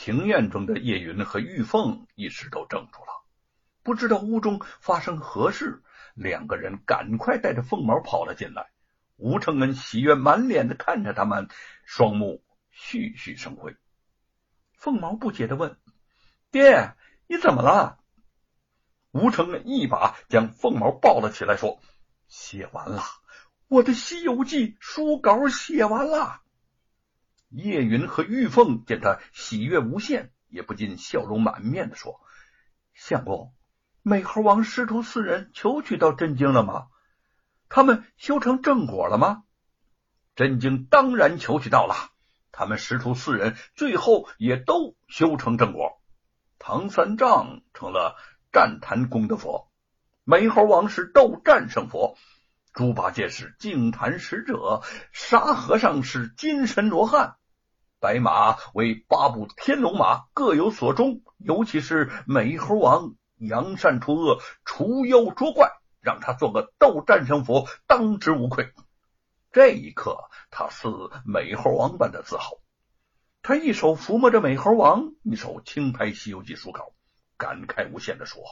庭院中的叶云和玉凤一时都怔住了，不知道屋中发生何事，两个人赶快带着凤毛跑了进来。吴承恩喜悦满脸的看着他们，双目熠熠生辉。凤毛不解地问：爹，你怎么了？吴承恩一把将凤毛抱了起来，说：写完了，我的《西游记》书稿写完了。叶云和玉凤见他喜悦无限，也不禁笑容满面地说：相公，美猴王师徒四人求取到真经了吗？他们修成正果了吗？真经当然求取到了，他们师徒四人最后也都修成正果。唐三藏成了战坛功德佛，美猴王是斗战胜佛，猪八戒是净坛使者，沙和尚是金身罗汉，白马为八部天龙马，各有所终。尤其是美猴王扬善除恶，除妖捉怪，让他做个斗战胜佛，当之无愧。这一刻，他似美猴王般的自豪。他一手抚摸着美猴王，一手轻拍《西游记》书稿，感慨无限地说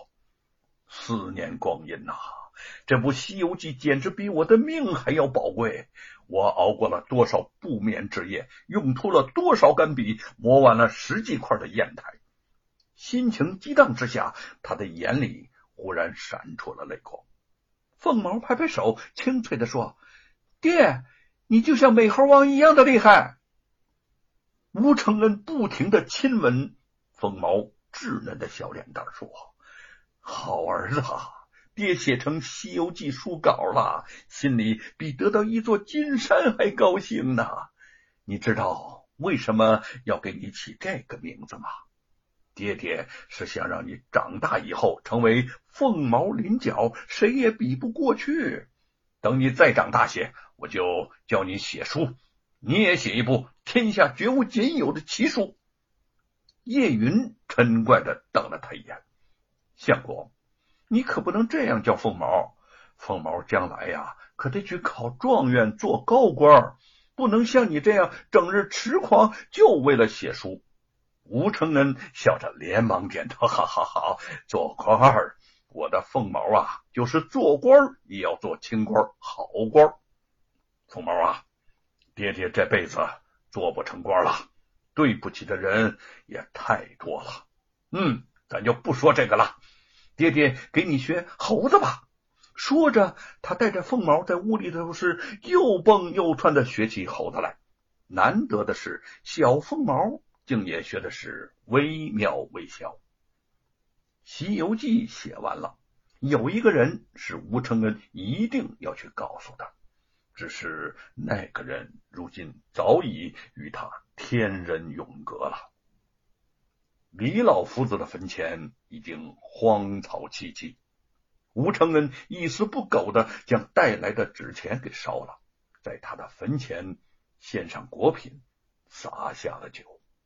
：4年光阴呐，这部《西游记》简直比我的命还要宝贵。我熬过了多少不眠之夜，用出了多少杆笔，磨完了10几块的砚台。心情激荡之下，他的眼里忽然闪出了泪光。凤毛拍拍手，清脆地说：爹，你就像美猴王一样的厉害。吴承恩不停地亲吻凤毛稚嫩的小脸蛋，说：好儿子，爹写成《西游记》书稿了，心里比得到一座金山还高兴呢。你知道为什么要给你起这个名字吗？爹爹是想让你长大以后成为凤毛麟角，谁也比不过去。等你再长大些，我就教你写书，你也写一部天下绝无仅有的奇书。叶云嗔怪地瞪了他一眼：相公，你可不能这样叫凤毛，凤毛将来呀，可得去考状元做高官，不能像你这样整日痴狂，就为了写书。吴承恩笑着连忙点头：哈哈哈，做官，我的凤毛啊，就是做官也要做清官好官。凤毛啊，爹爹这辈子做不成官了，对不起的人也太多了。咱就不说这个了，爹爹给你学猴子吧。说着，他带着凤毛在屋里头是又蹦又窜的学起猴子来。难得的是，小凤毛竟也学的是惟妙惟肖。西游记写完了，有一个人是吴承恩一定要去告诉他，只是那个人如今早已与他天人永隔了。李老夫子的坟前已经荒草萋萋，吴承恩一丝不苟地将带来的纸钱给烧了，在他的坟前献上果品，洒下了酒。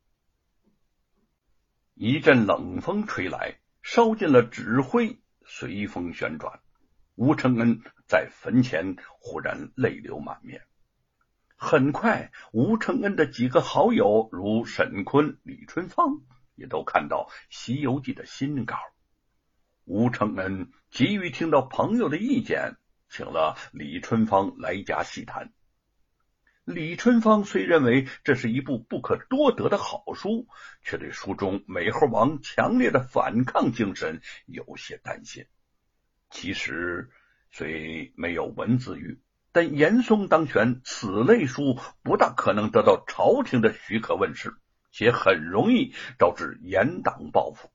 一阵冷风吹来，烧尽了纸灰，随风旋转。吴承恩在坟前忽然泪流满面。很快，吴承恩的几个好友如沈坤、李春芳也都看到《西游记》的新稿。吴承恩急于听到朋友的意见，请了李春芳来家细谈。李春芳虽认为这是一部不可多得的好书，却对书中美猴王强烈的反抗精神有些担心。其实虽没有文字狱，但严嵩当权，此类书不大可能得到朝廷的许可问世，且很容易招致严党报复。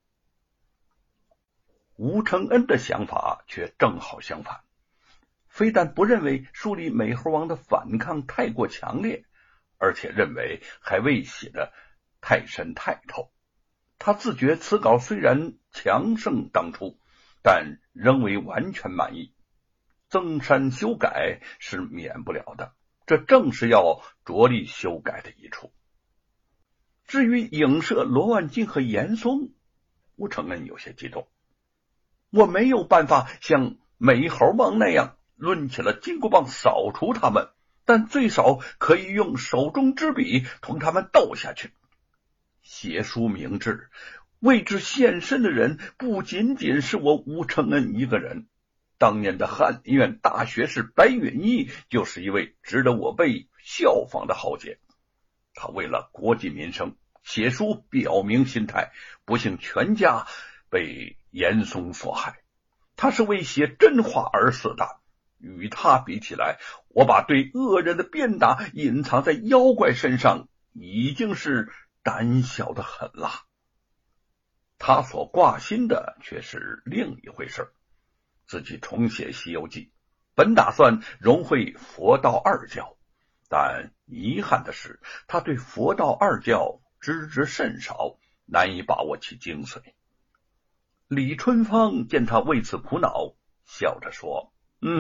吴承恩的想法却正好相反，非但不认为书里美猴王的反抗太过强烈，而且认为还未写得太深太透。他自觉此稿虽然强盛当初，但仍未完全满意，增删修改是免不了的，这正是要着力修改的一处。至于影射罗万金和严嵩，吴承恩有些激动。我没有办法像美猴王那样抡起了金箍棒扫除他们，但最少可以用手中之笔同他们斗下去。 写书明志，为之献身的人不仅仅是我吴承恩一个人。当年的翰林院大学士白允义就是一位值得我辈效仿的豪杰。他为了国计民生，写书表明心态，不幸全家被严嵩所害。他是为写真话而死的。与他比起来，我把对恶人的鞭打隐藏在妖怪身上，已经是胆小的很了。他所挂心的却是另一回事。自己重写《西游记》，本打算融会佛道二教，但遗憾的是，他对佛道二教知之甚少，难以把握其精髓。李春芳见他为此苦恼，笑着说：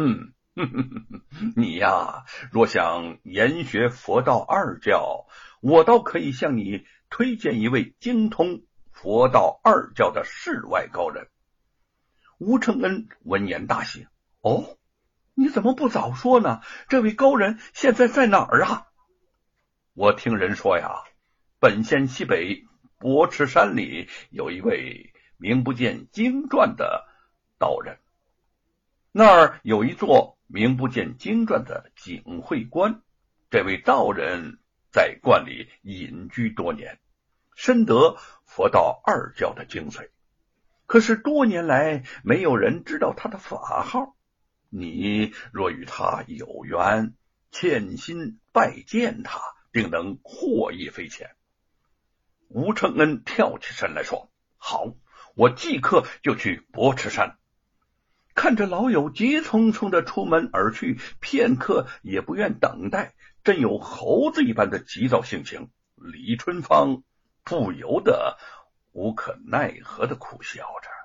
你呀，若想研学佛道二教，我倒可以向你推荐一位精通佛道二教的世外高人。吴承恩闻言大喜：哦，你怎么不早说呢？这位高人现在在哪儿啊？我听人说呀，本县西北博池山里有一位名不见经传的道人，那儿有一座名不见经传的景会观，这位道人在观里隐居多年，深得佛道二教的精髓。可是多年来没有人知道他的法号，你若与他有缘，欠心拜见他，定能获益匪浅。吴承恩跳起身来说：好，我即刻就去博池山。看着老友急匆匆的出门而去，片刻也不愿等待，真有猴子一般的急躁性情，李春芳不由得无可奈何的苦笑着。